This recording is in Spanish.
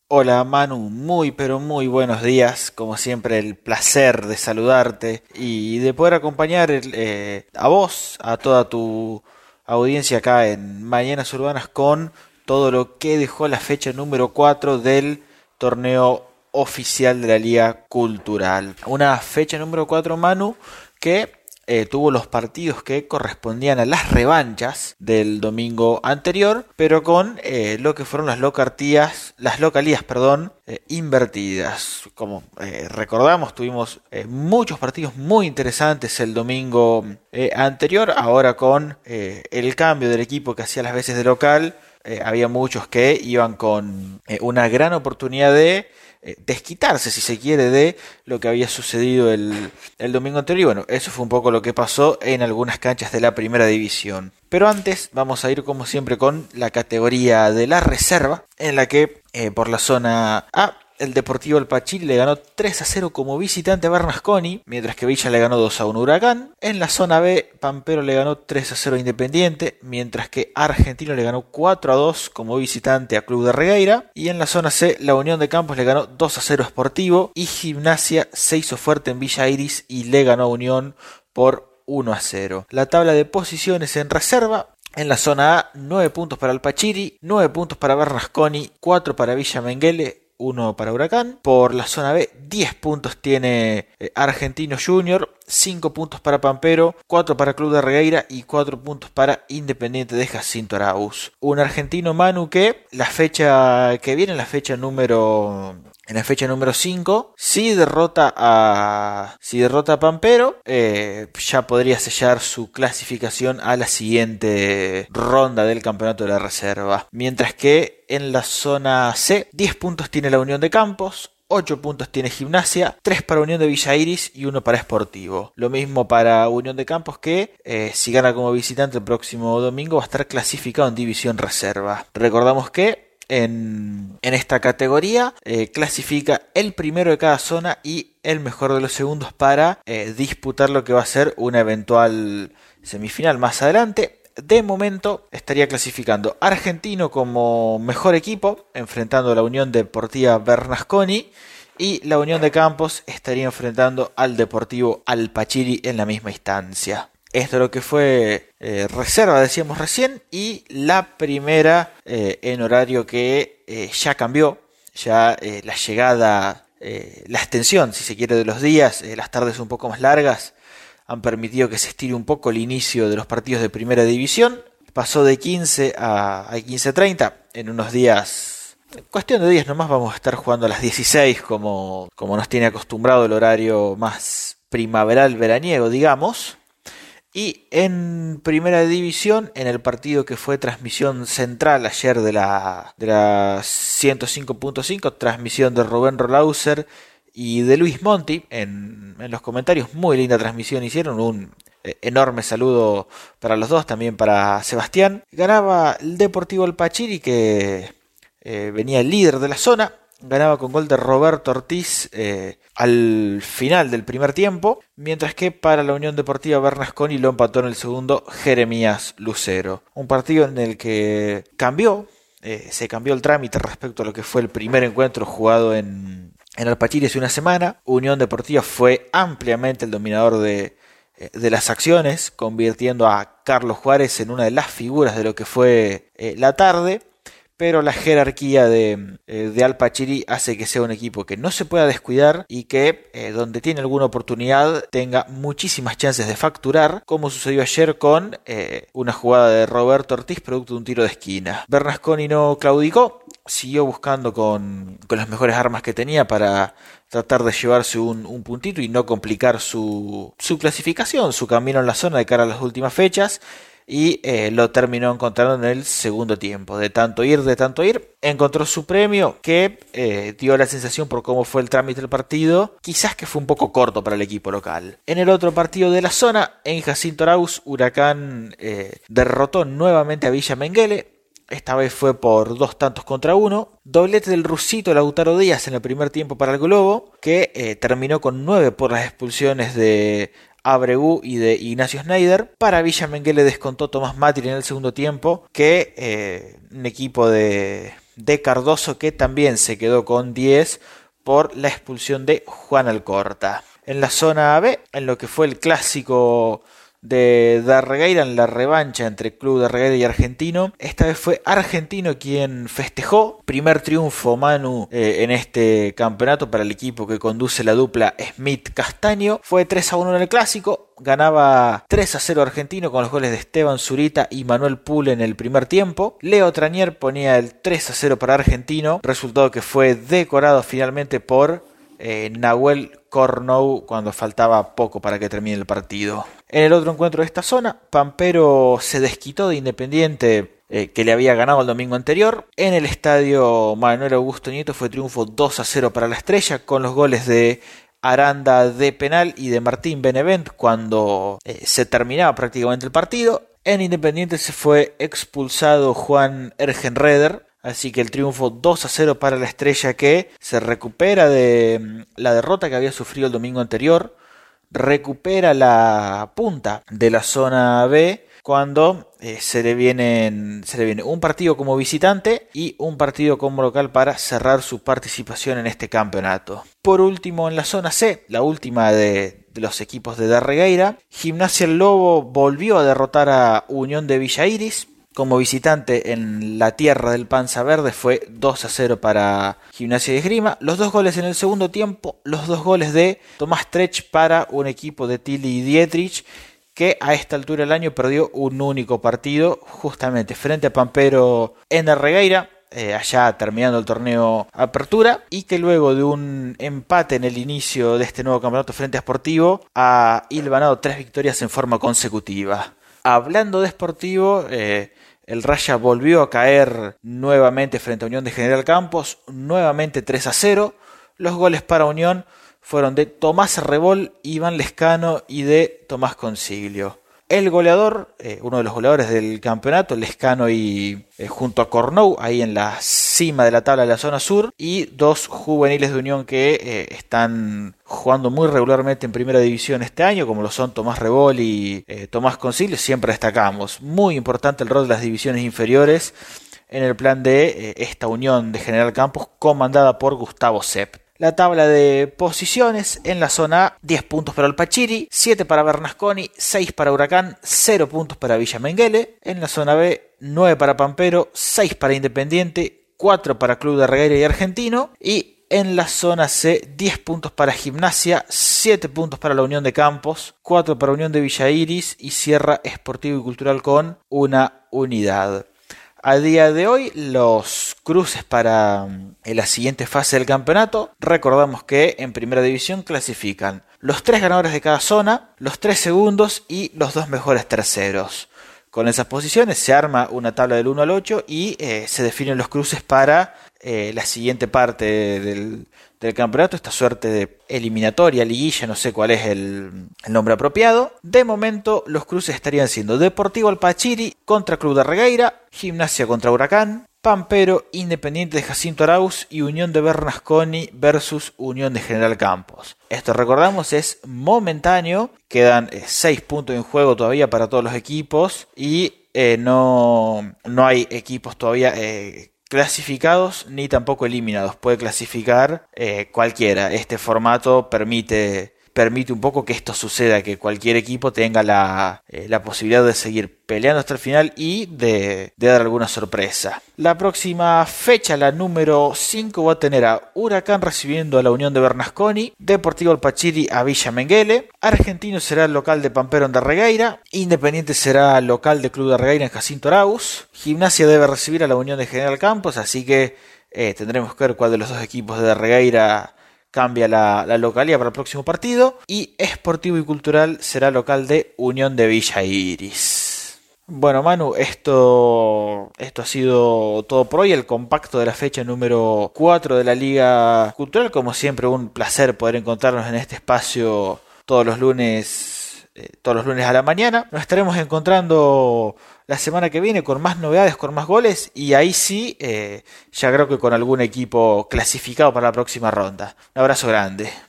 Hola Manu, muy pero muy buenos días. Como siempre, el placer de saludarte y de poder acompañar a vos, a toda tu audiencia acá en Mañanas Urbanas con todo lo que dejó la fecha número 4 del torneo oficial de la Liga Cultural. Una fecha número 4, Manu, que tuvo los partidos que correspondían a las revanchas del domingo anterior, pero con lo que fueron las localías, perdón, invertidas. Como recordamos, tuvimos muchos partidos muy interesantes el domingo anterior, ahora con el cambio del equipo que hacía las veces de local. Había muchos que iban con una gran oportunidad de desquitarse, si se quiere, de lo que había sucedido el domingo anterior. Y bueno, eso fue un poco lo que pasó en algunas canchas de la primera división. Pero antes vamos a ir como siempre con la categoría de la reserva, en la que por la zona A el Deportivo Alpachiri le ganó 3-0 como visitante a Bernasconi, mientras que Villa le ganó 2-1 a Huracán. En la zona B, Pampero le ganó 3-0 a Independiente, mientras que Argentino le ganó 4-2 como visitante a Club de Regueira. Y en la zona C, la Unión de Campos le ganó 2-0 a Sportivo, y Gimnasia se hizo fuerte en Villa Iris y le ganó a Unión por 1-0. La tabla de posiciones en reserva: en la zona A, 9 puntos para Alpachiri, 9 puntos para Bernasconi, 4 para Villa Menguele, 1 para Huracán. Por la zona B, 10 puntos tiene Argentino Junior, 5 puntos para Pampero, 4 para Club de Regueira y 4 puntos para Independiente de Jacinto Arauz. Un argentino, Manu, que la fecha que viene, en la fecha número 5, si derrota a Pampero, ya podría sellar su clasificación a la siguiente ronda del campeonato de la reserva. Mientras que en la zona C, 10 puntos tiene la Unión de Campos, 8 puntos tiene Gimnasia, 3 para Unión de Villa Iris y 1 para Sportivo. Lo mismo para Unión de Campos, que si gana como visitante el próximo domingo va a estar clasificado en división reserva. Recordamos que en esta categoría clasifica el primero de cada zona y el mejor de los segundos para disputar lo que va a ser una eventual semifinal más adelante. De momento estaría clasificando Argentino como mejor equipo, enfrentando a la Unión Deportiva Bernasconi, y la Unión de Campos estaría enfrentando al Deportivo Alpachiri en la misma instancia. Esto es lo que fue reserva, decíamos recién, y la primera en horario que ya cambió, ya la llegada, la extensión, si se quiere, de los días, las tardes un poco más largas, han permitido que se estire un poco el inicio de los partidos de primera división. Pasó de 15 a 15:30, en unos días, cuestión de días nomás, vamos a estar jugando a las 16 como nos tiene acostumbrado el horario más primaveral veraniego, digamos. Y en primera división, en el partido que fue transmisión central ayer de la 105.5, transmisión de Rubén Rolauser y de Luis Monti, en los comentarios, muy linda transmisión hicieron, un enorme saludo para los dos, también para Sebastián. Ganaba el Deportivo Alpachiri, que venía el líder de la zona, ganaba con gol de Roberto Ortiz al final del primer tiempo, mientras que para la Unión Deportiva Bernasconi lo empató en el segundo Jeremías Lucero. Un partido en el que se cambió el trámite respecto a lo que fue el primer encuentro jugado en Alpachiri hace una semana. Unión Deportiva fue ampliamente el dominador de las acciones, convirtiendo a Carlos Juárez en una de las figuras de lo que fue la tarde. Pero la jerarquía de Alpachiri hace que sea un equipo que no se pueda descuidar y que donde tiene alguna oportunidad tenga muchísimas chances de facturar, como sucedió ayer con una jugada de Roberto Ortiz producto de un tiro de esquina. Bernasconi no claudicó, siguió buscando con las mejores armas que tenía para tratar de llevarse un puntito y no complicar su clasificación, su camino en la zona de cara a las últimas fechas. Y lo terminó encontrando en el segundo tiempo. De tanto ir, encontró su premio, que dio la sensación, por cómo fue el trámite del partido, quizás que fue un poco corto para el equipo local. En el otro partido de la zona, en Jacinto Arauz, Huracán derrotó nuevamente a Villa Menguele. Esta vez fue por 2-1. Doblete del rusito Lautaro Díaz en el primer tiempo para el Globo, que terminó con 9 por las expulsiones de Abregu y de Ignacio Schneider. Para Villa Menguele descontó Tomás Matri en el segundo tiempo, que un equipo de de Cardoso, que también se quedó con 10 por la expulsión de Juan Alcorta. En la zona B, en lo que fue el clásico de Darregueira, en la revancha entre Club Darregueira y Argentino, esta vez fue Argentino quien festejó. Primer triunfo, Manu, en este campeonato para el equipo que conduce la dupla Smith-Castaño. Fue 3-1 en el clásico, ganaba 3-0 Argentino con los goles de Esteban Zurita y Manuel Pule en el primer tiempo. Leo Tranier ponía el 3-0 para Argentino, resultado que fue decorado finalmente por Nahuel Cornou cuando faltaba poco para que termine el partido. En el otro encuentro de esta zona, Pampero se desquitó de Independiente, que le había ganado el domingo anterior. En el estadio Manuel Augusto Nieto fue triunfo 2-0 para la Estrella, con los goles de Aranda de penal y de Martín Benevent cuando se terminaba prácticamente el partido. En Independiente se fue expulsado Juan Ergenreder, así que el triunfo 2-0 para la Estrella, que se recupera de la derrota que había sufrido el domingo anterior, recupera la punta de la zona B cuando se le viene un partido como visitante y un partido como local para cerrar su participación en este campeonato. Por último, en la zona C, la última de los equipos de Darregueira, Gimnasia El Lobo volvió a derrotar a Unión de Villa Iris. Como visitante en la tierra del Panza Verde fue 2-0 para Gimnasia de Esgrima. Los 2 goles en el segundo tiempo, los 2 goles de Tomás Trech para un equipo de Tilly y Dietrich, que a esta altura del año perdió un único partido, justamente frente a Pampero en Darregueira, allá terminando el torneo Apertura, y que luego de un empate en el inicio de este nuevo campeonato frente a Sportivo, ha hilvanado 3 victorias en forma consecutiva. Hablando de Sportivo, el Raya volvió a caer nuevamente frente a Unión de General Campos, nuevamente 3-0. Los goles para Unión fueron de Tomás Rebol, Iván Lescano y de Tomás Consiglio. El goleador, uno de los goleadores del campeonato, Lescano y junto a Cornou, ahí en la cima de la tabla de la zona sur, y 2 juveniles de Unión que están jugando muy regularmente en primera división este año, como lo son Tomás Rebol y Tomás Consiglio. Siempre destacamos, muy importante el rol de las divisiones inferiores en el plan de esta Unión de General Campos comandada por Gustavo Sepp. La tabla de posiciones: en la zona A, 10 puntos para el Pachiri, 7 para Bernasconi, 6 para Huracán, 0 puntos para Villa Menguele. En la zona B, 9 para Pampero, 6 para Independiente, 4 para Club Darregueira y Argentino. Y en la zona C, 10 puntos para Gimnasia, 7 puntos para la Unión de Campos, 4 para Unión de Villa Iris y cierra Sportivo y Cultural con una unidad. A día de hoy, los cruces para la siguiente fase del campeonato: recordamos que en primera división clasifican los 3 ganadores de cada zona, los 3 segundos y los 2 mejores terceros. Con esas posiciones se arma una tabla del 1 al 8 y se definen los cruces para la siguiente parte del campeonato, esta suerte de eliminatoria, liguilla, no sé cuál es el nombre apropiado. De momento los cruces estarían siendo Deportivo Alpachiri contra Club Darregueira, Gimnasia contra Huracán, Pampero, Independiente de Jacinto Arauz y Unión de Bernasconi versus Unión de General Campos. Esto, recordamos, es momentáneo, quedan 6 puntos en juego todavía para todos los equipos y no hay equipos todavía clasificados ni tampoco eliminados. Puede clasificar cualquiera. Este formato permite un poco que esto suceda, que cualquier equipo tenga la posibilidad de seguir peleando hasta el final y de dar alguna sorpresa. La próxima fecha, la número 5, va a tener a Huracán recibiendo a la Unión de Bernasconi, Deportivo Alpachiri a Villa Menguele, Argentino será el local de Pampero en Darregueira, Independiente será local de Club Darregueira en Jacinto Arauz, Gimnasia debe recibir a la Unión de General Campos, así que tendremos que ver cuál de los 2 equipos de Darregueira cambia la localidad para el próximo partido, y Sportivo y Cultural será local de Unión de Villa Iris. Bueno, Manu, esto ha sido todo por hoy, el compacto de la fecha número 4 de la Liga Cultural. Como siempre, un placer poder encontrarnos en este espacio todos los lunes a la mañana. Nos estaremos encontrando la semana que viene con más novedades, con más goles, y ahí sí, ya creo que con algún equipo clasificado para la próxima ronda. Un abrazo grande.